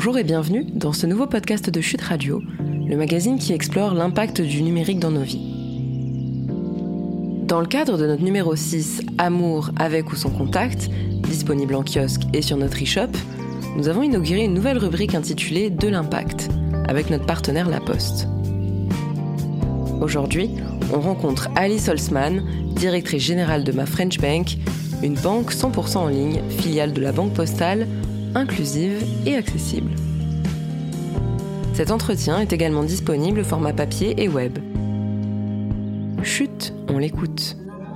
Bonjour et bienvenue dans ce nouveau podcast de Chute Radio, le magazine qui explore l'impact du numérique dans nos vies. Dans le cadre de notre numéro 6, Amour avec ou sans contact, disponible en kiosque et sur notre e-shop, nous avons inauguré une nouvelle rubrique intitulée De l'impact, avec notre partenaire La Poste. Aujourd'hui, on rencontre Alice Holzman, directrice générale de Ma French Bank, une banque 100% en ligne, filiale de la Banque Postale, inclusive et accessible. Cet entretien est également disponible au format papier et web. Chut, on l'écoute.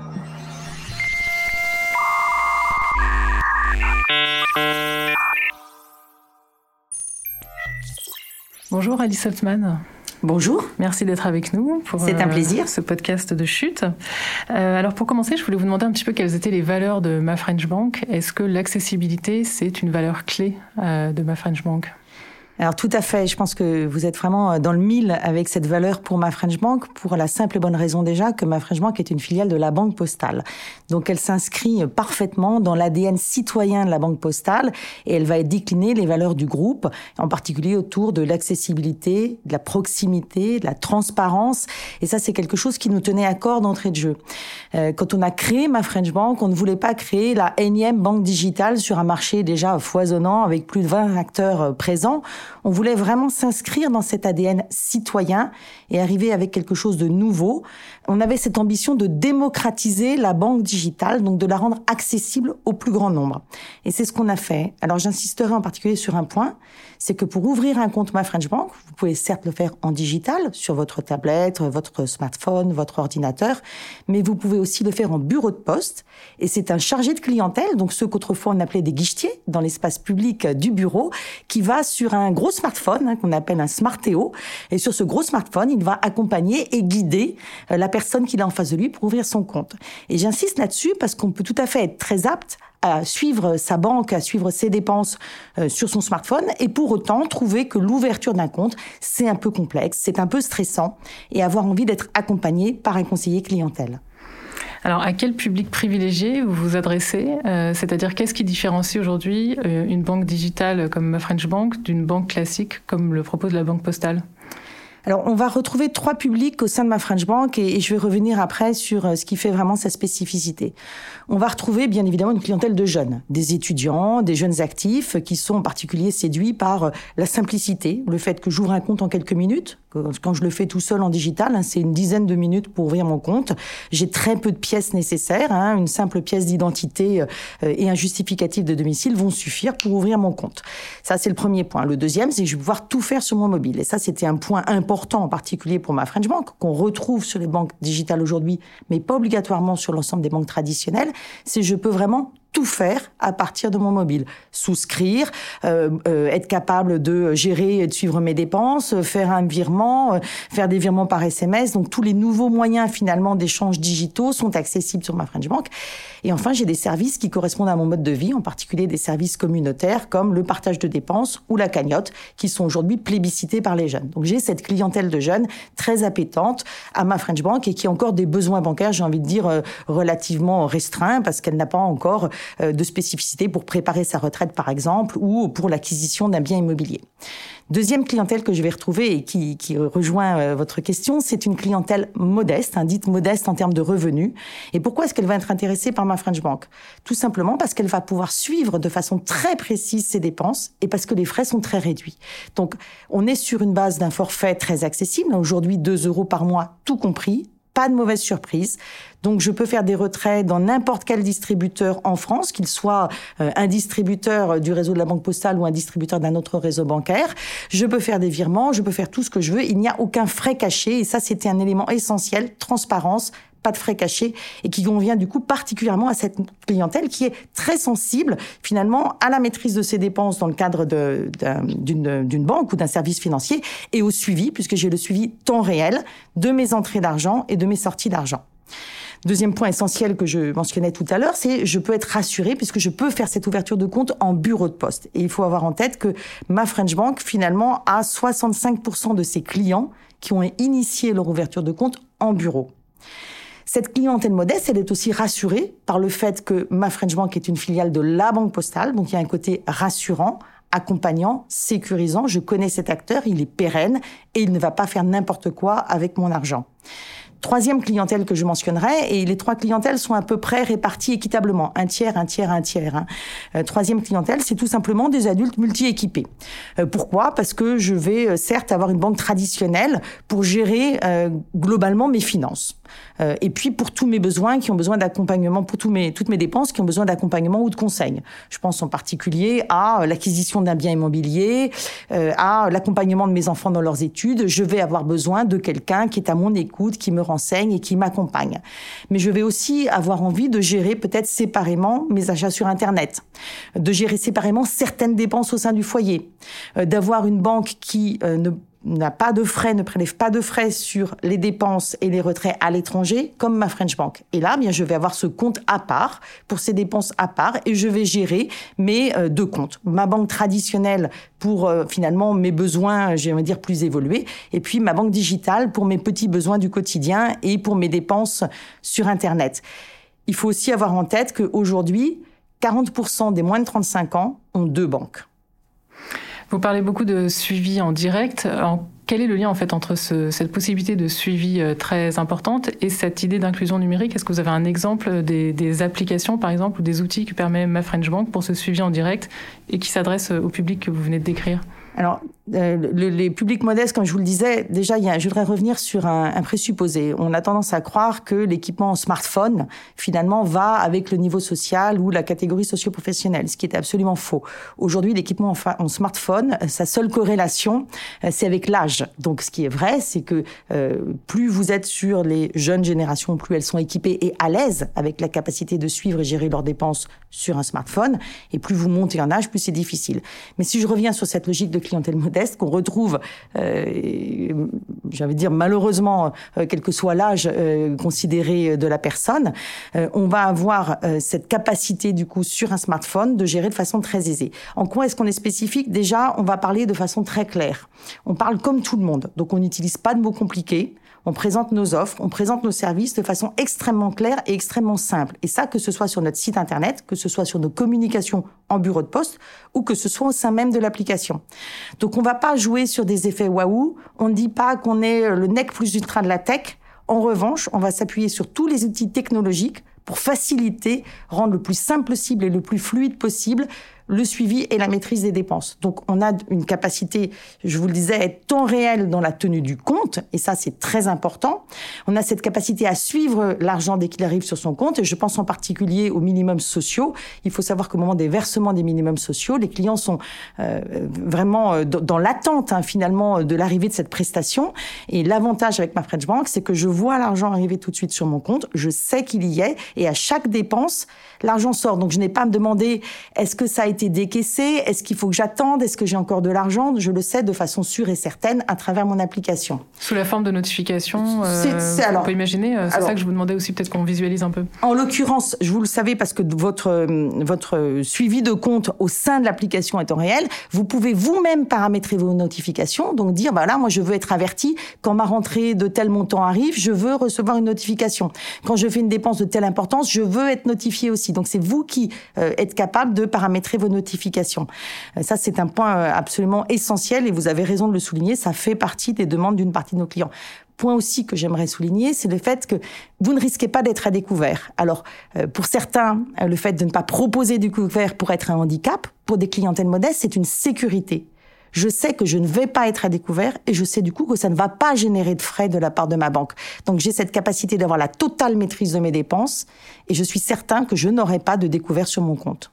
Bonjour Alice Holzman. Bonjour. Merci d'être avec nous pour C'est un plaisir. Ce podcast de Chute. Alors pour commencer, je voulais vous demander un petit peu quelles étaient les valeurs de Ma French Bank. Est-ce que l'accessibilité, c'est une valeur clé de Ma French Bank ? Alors tout à fait, je pense que vous êtes vraiment dans le mille avec cette valeur pour Ma French Bank, pour la simple et bonne raison déjà que Ma French Bank est une filiale de la Banque Postale. Donc elle s'inscrit parfaitement dans l'ADN citoyen de la Banque Postale et elle va décliner les valeurs du groupe, en particulier autour de l'accessibilité, de la proximité, de la transparence. Et ça, c'est quelque chose qui nous tenait à cœur d'entrée de jeu. Quand on a créé Ma French Bank, on ne voulait pas créer la énième banque digitale sur un marché déjà foisonnant avec plus de 20 acteurs présents. On voulait vraiment s'inscrire dans cet ADN citoyen et arriver avec quelque chose de nouveau. On avait cette ambition de démocratiser la banque digitale, donc de la rendre accessible au plus grand nombre. Et c'est ce qu'on a fait. Alors j'insisterai en particulier sur un point, c'est que pour ouvrir un compte Ma French Bank, vous pouvez certes le faire en digital, sur votre tablette, votre smartphone, votre ordinateur, mais vous pouvez aussi le faire en bureau de poste. Et c'est un chargé de clientèle, donc ceux qu'autrefois on appelait des guichetiers, dans l'espace public du bureau, qui va sur un gros smartphone, qu'on appelle un Smartéo. Et sur ce gros smartphone, il va accompagner et guider la personne qu'il a en face de lui pour ouvrir son compte. Et j'insiste là-dessus parce qu'on peut tout à fait être très apte à suivre sa banque, à suivre ses dépenses sur son smartphone et pour autant trouver que l'ouverture d'un compte, c'est un peu complexe, c'est un peu stressant et avoir envie d'être accompagné par un conseiller clientèle. Alors, à quel public privilégié vous vous adressez ? C'est-à-dire, qu'est-ce qui différencie aujourd'hui une banque digitale comme Ma French Bank d'une banque classique comme le propose la Banque Postale ? Alors, on va retrouver 3 publics au sein de Ma French Bank et je vais revenir après sur ce qui fait vraiment sa spécificité. On va retrouver bien évidemment une clientèle de jeunes, des étudiants, des jeunes actifs qui sont en particulier séduits par la simplicité, le fait que j'ouvre un compte en quelques minutes. Quand je le fais tout seul en digital, c'est une dizaine de minutes pour ouvrir mon compte. J'ai très peu de pièces nécessaires, une simple pièce d'identité et un justificatif de domicile vont suffire pour ouvrir mon compte. Ça, c'est le premier point. Le deuxième, c'est que je vais pouvoir tout faire sur mon mobile. Et ça, c'était un point important en particulier pour Ma French Bank, qu'on retrouve sur les banques digitales aujourd'hui, mais pas obligatoirement sur l'ensemble des banques traditionnelles, c'est que je peux vraiment tout faire à partir de mon mobile. Souscrire, être capable de gérer et de suivre mes dépenses, faire un virement, faire des virements par SMS. Donc, tous les nouveaux moyens, finalement, d'échanges digitaux sont accessibles sur Ma French Bank. Et enfin, j'ai des services qui correspondent à mon mode de vie, en particulier des services communautaires comme le partage de dépenses ou la cagnotte, qui sont aujourd'hui plébiscités par les jeunes. Donc, j'ai cette clientèle de jeunes très appétente à Ma French Bank et qui a encore des besoins bancaires, j'ai envie de dire, relativement restreints parce qu'elle n'a pas encore de spécificité pour préparer sa retraite, par exemple, ou pour l'acquisition d'un bien immobilier. Deuxième clientèle que je vais retrouver et qui rejoint votre question, c'est une clientèle modeste, dite modeste en termes de revenus. Et pourquoi est-ce qu'elle va être intéressée par Ma French Bank ? Tout simplement parce qu'elle va pouvoir suivre de façon très précise ses dépenses et parce que les frais sont très réduits. Donc, on est sur une base d'un forfait très accessible. Aujourd'hui, 2 € par mois, tout compris. Pas de mauvaise surprise. Donc, je peux faire des retraits dans n'importe quel distributeur en France, qu'il soit un distributeur du réseau de la Banque Postale ou un distributeur d'un autre réseau bancaire. Je peux faire des virements, je peux faire tout ce que je veux. Il n'y a aucun frais caché. Et ça, c'était un élément essentiel. Transparence, pas de frais cachés et qui convient du coup particulièrement à cette clientèle qui est très sensible finalement à la maîtrise de ses dépenses dans le cadre d'une banque ou d'un service financier et au suivi, puisque j'ai le suivi temps réel de mes entrées d'argent et de mes sorties d'argent. Deuxième point essentiel que je mentionnais tout à l'heure, c'est je peux être rassurée puisque je peux faire cette ouverture de compte en bureau de poste. Et il faut avoir en tête que Ma French Bank, finalement, a 65% de ses clients qui ont initié leur ouverture de compte en bureau. Cette clientèle modeste, elle est aussi rassurée par le fait que Ma French Bank est une filiale de la Banque Postale, donc il y a un côté rassurant, accompagnant, sécurisant. Je connais cet acteur, il est pérenne et il ne va pas faire n'importe quoi avec mon argent. Troisième clientèle que je mentionnerai, et les 3 clientèles sont à peu près réparties équitablement, un tiers. Troisième clientèle, c'est tout simplement des adultes multi-équipés. Pourquoi ? Parce que je vais certes avoir une banque traditionnelle pour gérer globalement mes finances. Et puis pour tous mes besoins qui ont besoin d'accompagnement, pour toutes mes dépenses qui ont besoin d'accompagnement ou de conseils. Je pense en particulier à l'acquisition d'un bien immobilier, à l'accompagnement de mes enfants dans leurs études. Je vais avoir besoin de quelqu'un qui est à mon écoute, qui me renseigne et qui m'accompagne. Mais je vais aussi avoir envie de gérer peut-être séparément mes achats sur Internet, de gérer séparément certaines dépenses au sein du foyer, d'avoir une banque qui n'a pas de frais, ne prélève pas de frais sur les dépenses et les retraits à l'étranger, comme ma French Bank. Et là, bien, je vais avoir ce compte à part, pour ces dépenses à part, et je vais gérer mes 2 comptes. Ma banque traditionnelle pour, finalement, mes besoins, j'aimerais dire, plus évolués, et puis ma banque digitale pour mes petits besoins du quotidien et pour mes dépenses sur Internet. Il faut aussi avoir en tête qu'aujourd'hui, 40% des moins de 35 ans ont 2 banques. Vous parlez beaucoup de suivi en direct. Quel est le lien en fait entre cette possibilité de suivi très importante et cette idée d'inclusion numérique ? Est-ce que vous avez un exemple des applications, par exemple, ou des outils que permet ma French Bank pour ce suivi en direct et qui s'adresse au public que vous venez de décrire ? Alors, les publics modestes, comme je vous le disais, déjà, je voudrais revenir sur un présupposé. On a tendance à croire que l'équipement en smartphone, finalement, va avec le niveau social ou la catégorie socio-professionnelle, ce qui est absolument faux. Aujourd'hui, l'équipement en smartphone, sa seule corrélation, c'est avec l'âge. Donc, ce qui est vrai, c'est que plus vous êtes sur les jeunes générations, plus elles sont équipées et à l'aise avec la capacité de suivre et gérer leurs dépenses sur un smartphone, et plus vous montez en âge, plus c'est difficile. Mais si je reviens sur cette logique de clientèle modeste qu'on retrouve, j'allais dire malheureusement, quel que soit l'âge considéré de la personne, on va avoir cette capacité du coup sur un smartphone de gérer de façon très aisée. En quoi est-ce qu'on est spécifique ? Déjà, on va parler de façon très claire. On parle comme tout le monde, donc on n'utilise pas de mots compliqués. On présente nos offres, on présente nos services de façon extrêmement claire et extrêmement simple. Et ça, que ce soit sur notre site internet, que ce soit sur nos communications en bureau de poste, ou que ce soit au sein même de l'application. Donc on va pas jouer sur des effets waouh, on ne dit pas qu'on est le nec plus ultra de la tech. En revanche, on va s'appuyer sur tous les outils technologiques pour faciliter, rendre le plus simple possible et le plus fluide possible le suivi et la maîtrise des dépenses. Donc, on a une capacité, je vous le disais, à être temps réel dans la tenue du compte, et ça, c'est très important. On a cette capacité à suivre l'argent dès qu'il arrive sur son compte, et je pense en particulier aux minimums sociaux. Il faut savoir qu'au moment des versements des minimums sociaux, les clients sont vraiment dans l'attente, finalement, de l'arrivée de cette prestation. Et l'avantage avec ma French Bank, c'est que je vois l'argent arriver tout de suite sur mon compte, je sais qu'il y est, et à chaque dépense, l'argent sort. Donc, je n'ai pas à me demander, est-ce que ça a été décaissé? Est-ce qu'il faut que j'attende? Est-ce que j'ai encore de l'argent? Je le sais de façon sûre et certaine à travers mon application. Sous la forme de notification, on peut imaginer. C'est ça que je vous demandais aussi, peut-être qu'on visualise un peu. En l'occurrence, vous le savez parce que votre suivi de compte au sein de l'application est en réel. Vous pouvez vous-même paramétrer vos notifications, donc dire, là, moi, je veux être averti quand ma rentrée de tel montant arrive, je veux recevoir une notification. Quand je fais une dépense de telle importance, je veux être notifié aussi. Donc, c'est vous qui êtes capable de paramétrer vos notifications. Ça, c'est un point absolument essentiel et vous avez raison de le souligner, ça fait partie des demandes d'une partie de nos clients. Point aussi que j'aimerais souligner, c'est le fait que vous ne risquez pas d'être à découvert. Alors, pour certains, le fait de ne pas proposer du couvert pour être un handicap, pour des clientèles modestes, c'est une sécurité. Je sais que je ne vais pas être à découvert et je sais du coup que ça ne va pas générer de frais de la part de ma banque. Donc j'ai cette capacité d'avoir la totale maîtrise de mes dépenses et je suis certain que je n'aurai pas de découvert sur mon compte.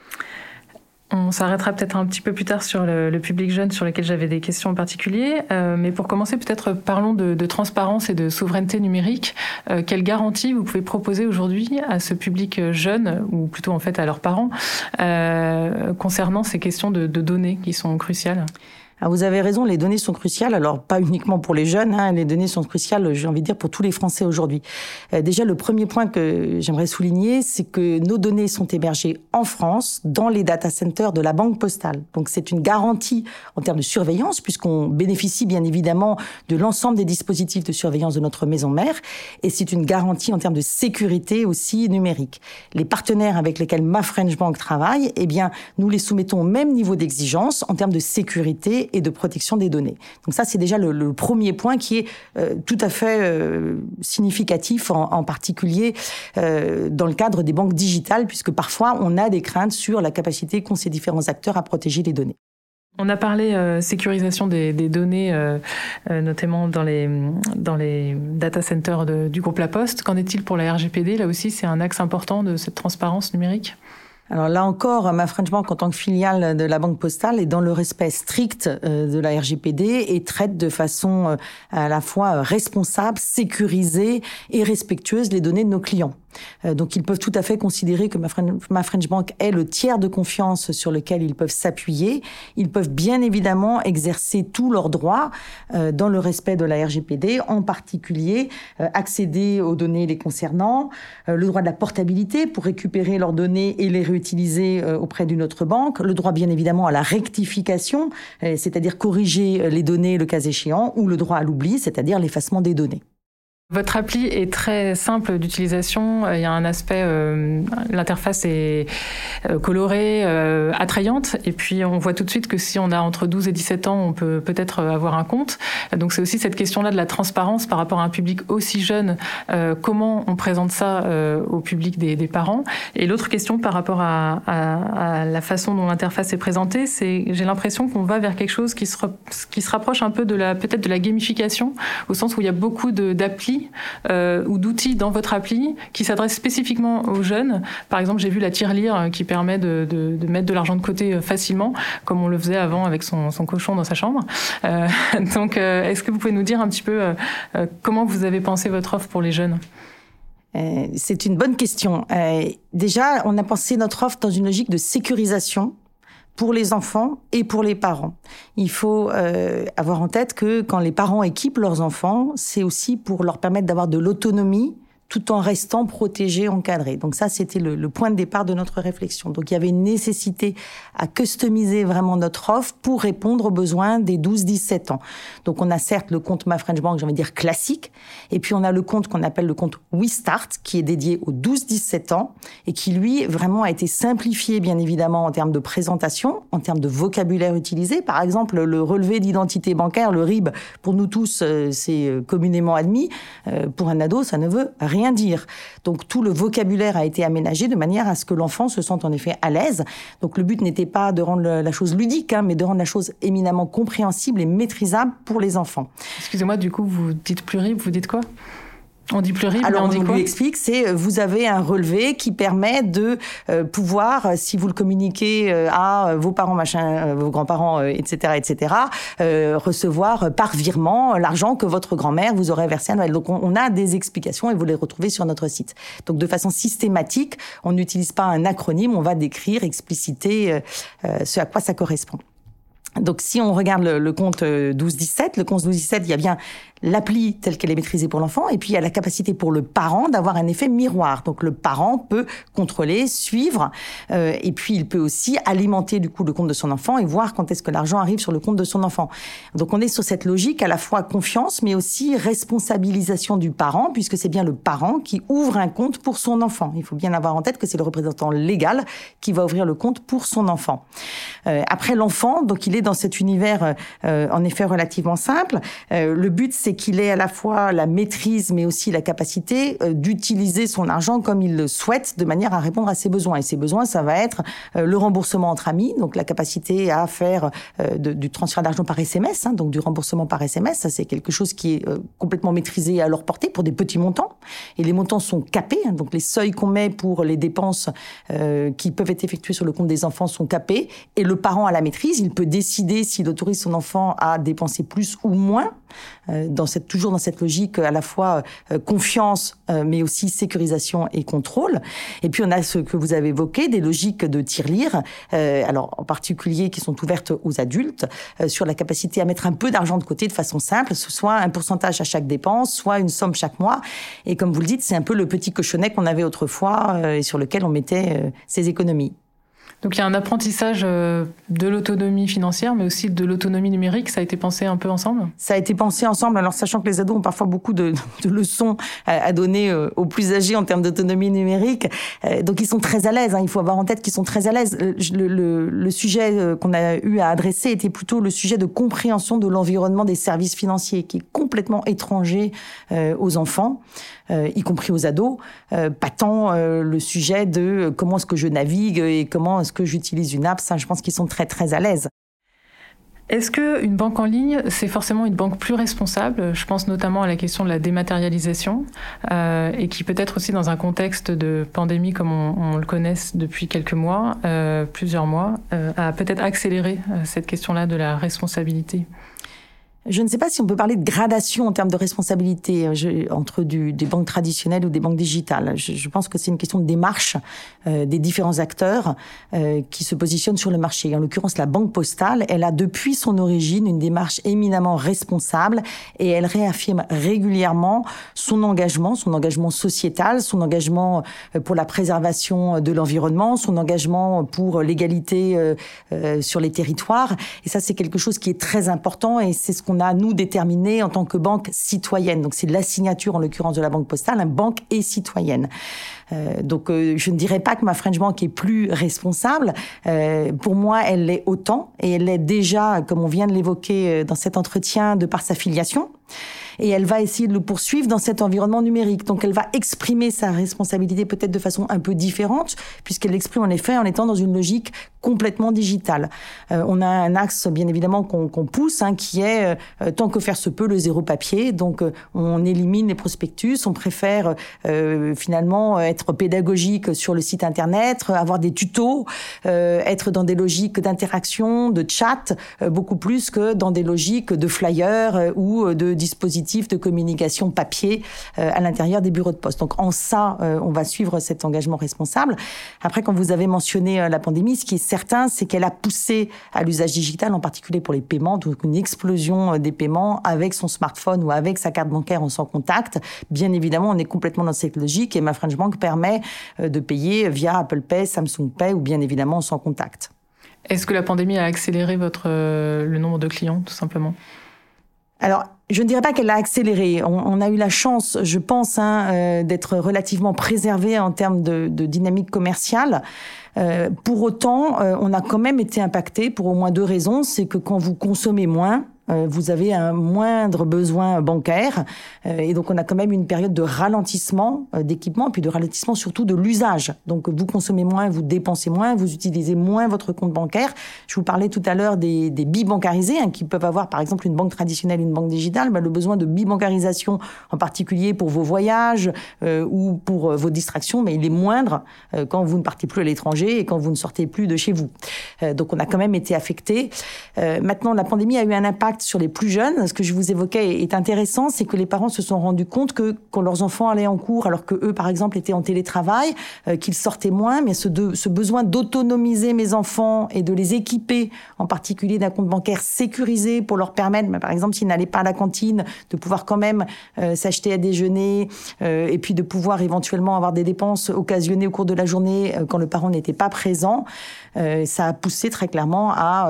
On s'arrêtera peut-être un petit peu plus tard sur le public jeune sur lequel j'avais des questions en particulier. Mais pour commencer, peut-être parlons de transparence et de souveraineté numérique. Quelle garantie vous pouvez proposer aujourd'hui à ce public jeune, ou plutôt en fait à leurs parents, concernant ces questions de données qui sont cruciales ? Alors vous avez raison, les données sont cruciales. Alors pas uniquement pour les jeunes, les données sont cruciales, j'ai envie de dire, pour tous les Français aujourd'hui. Déjà, le premier point que j'aimerais souligner, c'est que nos données sont hébergées en France, dans les data centers de la Banque Postale. Donc c'est une garantie en termes de surveillance, puisqu'on bénéficie bien évidemment de l'ensemble des dispositifs de surveillance de notre maison mère, et c'est une garantie en termes de sécurité aussi numérique. Les partenaires avec lesquels Ma French Bank travaille, eh bien, nous les soumettons au même niveau d'exigence en termes de sécurité et de protection des données. Donc ça, c'est déjà le premier point qui est tout à fait significatif, en particulier dans le cadre des banques digitales, puisque parfois, on a des craintes sur la capacité qu'ont ces différents acteurs à protéger les données. On a parlé sécurisation des données, notamment dans les data centers du groupe La Poste. Qu'en est-il pour la RGPD ? Là aussi, c'est un axe important de cette transparence numérique ? Alors là encore, Ma French Bank, en tant que filiale de la Banque Postale, est dans le respect strict de la RGPD et traite de façon à la fois responsable, sécurisée et respectueuse les données de nos clients. Donc ils peuvent tout à fait considérer que Ma French Bank est le tiers de confiance sur lequel ils peuvent s'appuyer. Ils peuvent bien évidemment exercer tous leurs droits dans le respect de la RGPD, en particulier accéder aux données les concernant, le droit de la portabilité pour récupérer leurs données et les réutiliser auprès d'une autre banque, le droit bien évidemment à la rectification, c'est-à-dire corriger les données le cas échéant, ou le droit à l'oubli, c'est-à-dire l'effacement des données. Votre appli est très simple d'utilisation. Il y a un aspect, l'interface est colorée, attrayante. Et puis, on voit tout de suite que si on a entre 12 et 17 ans, on peut peut-être avoir un compte. Donc, c'est aussi cette question-là de la transparence par rapport à un public aussi jeune. Comment on présente ça au public des parents ? Et l'autre question par rapport à la façon dont l'interface est présentée, c'est j'ai l'impression qu'on va vers quelque chose qui se rapproche un peu peut-être de la gamification, au sens où il y a beaucoup d'applis ou d'outils dans votre appli qui s'adressent spécifiquement aux jeunes. Par exemple, j'ai vu la tirelire qui permet de mettre de l'argent de côté facilement, comme on le faisait avant avec son cochon dans sa chambre. Donc, est-ce que vous pouvez nous dire un petit peu comment vous avez pensé votre offre pour les jeunes ? C'est une bonne question. Déjà, on a pensé notre offre dans une logique de sécurisation pour les enfants et pour les parents. Il faut avoir en tête que quand les parents équipent leurs enfants, c'est aussi pour leur permettre d'avoir de l'autonomie tout en restant protégés, encadrés. Donc ça, c'était le point de départ de notre réflexion. Donc il y avait une nécessité à customiser vraiment notre offre pour répondre aux besoins des 12-17 ans. Donc on a certes le compte Ma French Bank, j'ai envie de dire classique, et puis on a le compte qu'on appelle le compte We Start, qui est dédié aux 12-17 ans, et qui lui, vraiment a été simplifié, bien évidemment, en termes de présentation, en termes de vocabulaire utilisé. Par exemple, le relevé d'identité bancaire, le RIB, pour nous tous, c'est communément admis. Pour un ado, ça ne veut rien dire. Donc tout le vocabulaire a été aménagé de manière à ce que l'enfant se sente en effet à l'aise. Donc le but n'était pas de rendre la chose ludique, mais de rendre la chose éminemment compréhensible et maîtrisable pour les enfants. Excusez-moi, du coup, vous dites plus RIB, vous dites quoi ? On dit plus RIB, alors mais on dit quoi ? lui explique, c'est vous avez un relevé qui permet de pouvoir, si vous le communiquez à vos parents, vos grands-parents, etc., recevoir par virement l'argent que votre grand-mère vous aurait versé à Noël. Donc on a des explications et vous les retrouvez sur notre site. Donc de façon systématique, on n'utilise pas un acronyme, on va décrire, expliciter ce à quoi ça correspond. Donc, si on regarde le compte 12-17, le compte 12-17, il y a bien l'appli telle qu'elle est maîtrisée pour l'enfant, et puis il y a la capacité pour le parent d'avoir un effet miroir. Donc, le parent peut contrôler, suivre, et puis il peut aussi alimenter du coup le compte de son enfant et voir quand est-ce que l'argent arrive sur le compte de son enfant. Donc, on est sur cette logique à la fois confiance, mais aussi responsabilisation du parent, puisque c'est bien le parent qui ouvre un compte pour son enfant. Il faut bien avoir en tête que c'est le représentant légal qui va ouvrir le compte pour son enfant. Après, l'enfant, donc il est dans cet univers en effet relativement simple. Le but, c'est qu'il ait à la fois la maîtrise, mais aussi la capacité d'utiliser son argent comme il le souhaite, de manière à répondre à ses besoins. Et ses besoins, ça va être le remboursement entre amis, donc la capacité à faire du transfert d'argent par SMS, donc du remboursement par SMS. Ça, c'est quelque chose qui est complètement maîtrisé à leur portée pour des petits montants. Et les montants sont capés, donc les seuils qu'on met pour les dépenses qui peuvent être effectuées sur le compte des enfants sont capés. Et le parent a la maîtrise, il peut décider s'il autorise son enfant à dépenser plus ou moins toujours dans cette logique à la fois confiance, mais aussi sécurisation et contrôle. Et puis on a ce que vous avez évoqué, des logiques de tirelire, alors en particulier qui sont ouvertes aux adultes, sur la capacité à mettre un peu d'argent de côté de façon simple, soit un pourcentage à chaque dépense, soit une somme chaque mois. Et comme vous le dites, c'est un peu le petit cochonnet qu'on avait autrefois et sur lequel on mettait ses économies. Donc il y a un apprentissage de l'autonomie financière, mais aussi de l'autonomie numérique. Ça a été pensé un peu ensemble ? Ça a été pensé ensemble, alors sachant que les ados ont parfois beaucoup de leçons à donner aux plus âgés en termes d'autonomie numérique. Donc ils sont très à l'aise, il faut avoir en tête qu'ils sont très à l'aise. Le sujet qu'on a eu à adresser était plutôt le sujet de compréhension de l'environnement des services financiers, qui est complètement étranger aux enfants, y compris aux ados. Pas tant le sujet de comment est-ce que je navigue et comment est-ce que j'utilise une app. Ça, je pense qu'ils sont très très à l'aise. Est-ce qu'une banque en ligne, c'est forcément une banque plus responsable ? Je pense notamment à la question de la dématérialisation et qui peut-être aussi dans un contexte de pandémie comme on le connaît depuis quelques mois, plusieurs mois, a peut-être accéléré cette question-là de la responsabilité. Je ne sais pas si on peut parler de gradation en termes de responsabilité entre des banques traditionnelles ou des banques digitales. Je pense que c'est une question de démarche des différents acteurs qui se positionnent sur le marché. En l'occurrence, la Banque Postale, elle a depuis son origine une démarche éminemment responsable et elle réaffirme régulièrement son engagement sociétal, son engagement pour la préservation de l'environnement, son engagement pour l'égalité sur les territoires. Et ça, c'est quelque chose qui est très important et c'est ce qu'on a, nous, déterminé en tant que banque citoyenne. Donc, c'est la signature, en l'occurrence, de la Banque Postale, banque et citoyenne. Donc, je ne dirais pas que ma French Bank est plus responsable. Pour moi, elle l'est autant. Et elle l'est déjà, comme on vient de l'évoquer dans cet entretien, de par sa filiation. Et elle va essayer de le poursuivre dans cet environnement numérique. Donc, elle va exprimer sa responsabilité peut-être de façon un peu différente, puisqu'elle l'exprime en effet en étant dans une logique complètement digitale. On a un axe, bien évidemment, qu'on pousse, qui est, tant que faire se peut, le zéro papier. Donc, on élimine les prospectus, on préfère finalement être pédagogique sur le site Internet, avoir des tutos, être dans des logiques d'interaction, de chat, beaucoup plus que dans des logiques de flyers ou de dispositifs de communication papier à l'intérieur des bureaux de poste. Donc en ça, on va suivre cet engagement responsable. Après, quand vous avez mentionné la pandémie, ce qui est certain, c'est qu'elle a poussé à l'usage digital, en particulier pour les paiements, donc une explosion des paiements avec son smartphone ou avec sa carte bancaire en sans contact. Bien évidemment, on est complètement dans cette logique et ma French Bank permet de payer via Apple Pay, Samsung Pay ou bien évidemment sans contact. Est-ce que la pandémie a accéléré le nombre de clients, tout simplement ? Alors, je ne dirais pas qu'elle l'a accéléré. On a eu la chance, je pense, d'être relativement préservé en termes de dynamique commerciale. Pour autant, on a quand même été impacté pour au moins 2 raisons. C'est que quand vous consommez moins, vous avez un moindre besoin bancaire et donc on a quand même une période de ralentissement d'équipement, puis de ralentissement surtout de l'usage. Donc vous consommez moins, vous dépensez moins, vous utilisez moins votre compte bancaire. Je vous parlais tout à l'heure des bibancarisés qui peuvent avoir par exemple une banque traditionnelle, une banque digitale. Le besoin de bibancarisation en particulier pour vos voyages ou pour vos distractions, mais il est moindre quand vous ne partez plus à l'étranger et quand vous ne sortez plus de chez vous. Donc on a quand même été affecté. Maintenant, la pandémie a eu un impact sur les plus jeunes. Ce que je vous évoquais est intéressant, c'est que les parents se sont rendus compte que quand leurs enfants allaient en cours, alors que eux, par exemple, étaient en télétravail, qu'ils sortaient moins, mais ce besoin d'autonomiser mes enfants et de les équiper, en particulier d'un compte bancaire sécurisé pour leur permettre, par exemple, s'ils n'allaient pas à la cantine, de pouvoir quand même s'acheter à déjeuner et puis de pouvoir éventuellement avoir des dépenses occasionnées au cours de la journée quand le parent n'était pas présent. Ça a poussé très clairement à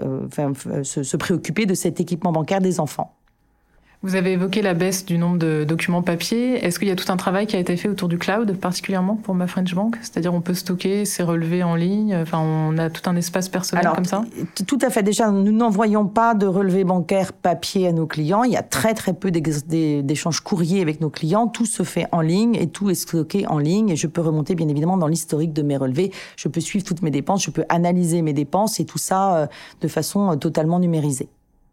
se préoccuper de cet équipement bancaire des enfants. Vous avez évoqué la baisse du nombre de documents papier. Est-ce qu'il y a tout un travail qui a été fait autour du cloud, particulièrement pour ma French Bank ? C'est-à-dire on peut stocker ses relevés en ligne, on a tout un espace personnel comme ça ? Tout à fait. Déjà, nous n'envoyons pas de relevés bancaires papier à nos clients. Il y a très très peu d'échanges courriers avec nos clients. Tout se fait en ligne et tout est stocké en ligne. Et je peux remonter bien évidemment dans l'historique de mes relevés. Je peux suivre toutes mes dépenses, je peux analyser mes dépenses et tout ça de façon totalement numérisée.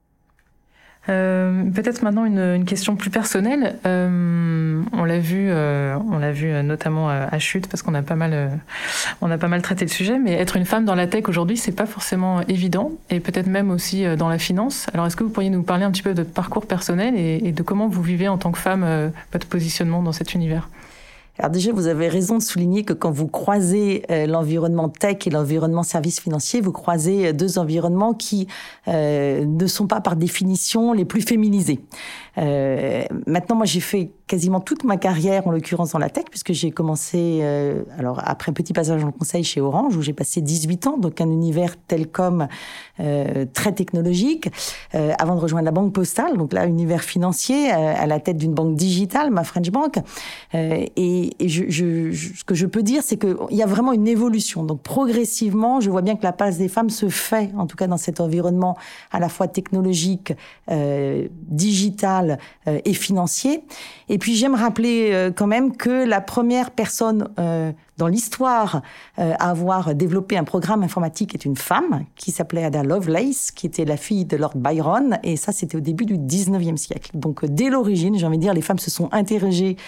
Peut-être maintenant une question plus personnelle. On l'a vu notamment à Chute parce qu'on a pas mal On a pas mal traité le sujet, mais être une femme dans la tech aujourd'hui, c'est pas forcément évident, et peut-être même aussi dans la finance. Alors, est-ce que vous pourriez nous parler un petit peu de votre parcours personnel et de comment vous vivez en tant que femme votre positionnement dans cet univers ? Alors déjà, vous avez raison de souligner que quand vous croisez l'environnement tech et l'environnement services financiers, vous croisez deux environnements qui ne sont pas par définition les plus féminisés. Maintenant, moi, j'ai fait quasiment toute ma carrière, en l'occurrence dans la tech, puisque j'ai commencé, alors après un petit passage en conseil chez Orange, où j'ai passé 18 ans, donc un univers telcom très technologique, avant de rejoindre la Banque Postale, donc là, univers financier, à la tête d'une banque digitale, ma French Bank. Et ce que je peux dire, c'est qu'il y a vraiment une évolution. Donc progressivement, je vois bien que la place des femmes se fait, en tout cas dans cet environnement à la fois technologique, digital et financier. Et puis j'aime rappeler quand même que la première personne dans l'histoire à avoir développé un programme informatique est une femme qui s'appelait Ada Lovelace, qui était la fille de Lord Byron, et ça c'était au début du 19e siècle. Donc dès l'origine, j'ai envie de dire, les femmes se sont intéressées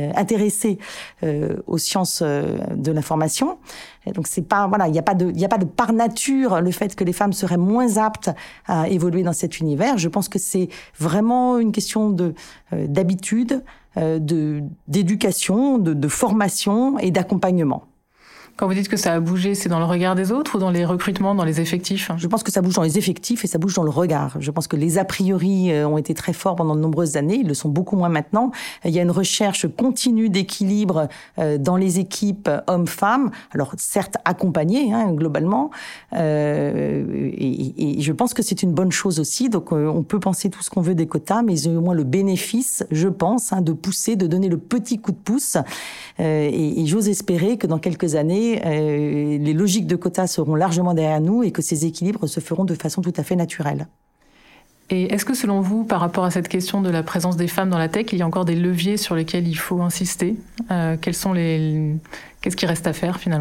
aux sciences de l'information. Et donc c'est pas, voilà, il y a pas de par nature le fait que les femmes seraient moins aptes à évoluer dans cet univers. Je pense que c'est vraiment une question d'habitude, d'éducation, de formation et d'accompagnement. Quand vous dites que ça a bougé, c'est dans le regard des autres ou dans les recrutements, dans les effectifs ? Je pense que ça bouge dans les effectifs et ça bouge dans le regard. Je pense que les a priori ont été très forts pendant de nombreuses années. Ils le sont beaucoup moins maintenant. Il y a une recherche continue d'équilibre dans les équipes hommes-femmes. Alors, certes, accompagnées, globalement. Et je pense que c'est une bonne chose aussi. Donc, on peut penser tout ce qu'on veut des quotas, mais ils ont au moins le bénéfice, je pense, de pousser, de donner le petit coup de pouce. Et j'ose espérer que dans quelques années, les logiques de quotas seront largement derrière nous et que ces équilibres se feront de façon tout à fait naturelle. Et est-ce que selon vous, par rapport à cette question de la présence des femmes dans la tech, il y a encore des leviers sur lesquels il faut insister ? Qu'est-ce qui reste à faire finalement ?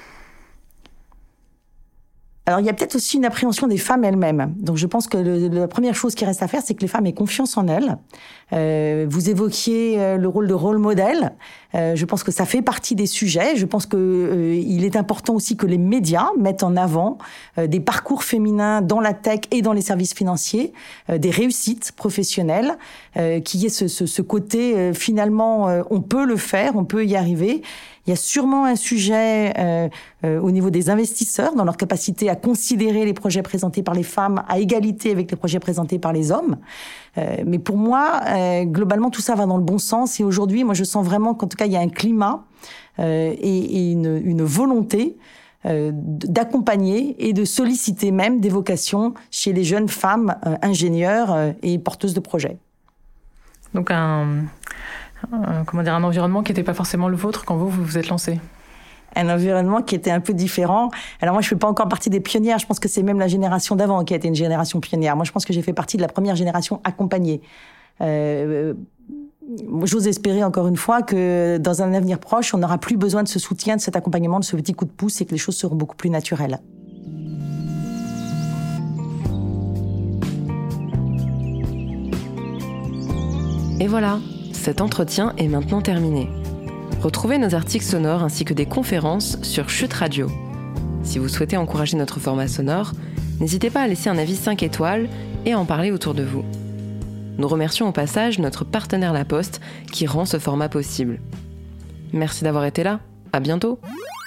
Alors, il y a peut-être aussi une appréhension des femmes elles-mêmes. Donc, je pense que la première chose qui reste à faire, c'est que les femmes aient confiance en elles. Vous évoquiez le rôle de rôle modèle. Je pense que ça fait partie des sujets. Je pense que il est important aussi que les médias mettent en avant des parcours féminins dans la tech et dans les services financiers, des réussites professionnelles, qui est ce côté finalement on peut le faire, on peut y arriver. Il y a sûrement un sujet au niveau des investisseurs, dans leur capacité à considérer les projets présentés par les femmes à égalité avec les projets présentés par les hommes. Mais pour moi, globalement, tout ça va dans le bon sens. Et aujourd'hui, moi, je sens vraiment qu'en tout cas, il y a un climat et une volonté d'accompagner et de solliciter même des vocations chez les jeunes femmes ingénieures et porteuses de projets. Donc un environnement qui n'était pas forcément le vôtre quand vous vous êtes lancé. Un environnement qui était un peu différent. Alors moi, je ne fais pas encore partie des pionnières. Je pense que c'est même la génération d'avant qui a été une génération pionnière. Moi, je pense que j'ai fait partie de la première génération accompagnée. J'ose espérer encore une fois que dans un avenir proche, on n'aura plus besoin de ce soutien, de cet accompagnement, de ce petit coup de pouce et que les choses seront beaucoup plus naturelles. Et voilà, cet entretien est maintenant terminé. Retrouvez nos articles sonores ainsi que des conférences sur Chute Radio. Si vous souhaitez encourager notre format sonore, n'hésitez pas à laisser un avis 5 étoiles et à en parler autour de vous. Nous remercions au passage notre partenaire La Poste qui rend ce format possible. Merci d'avoir été là. À bientôt.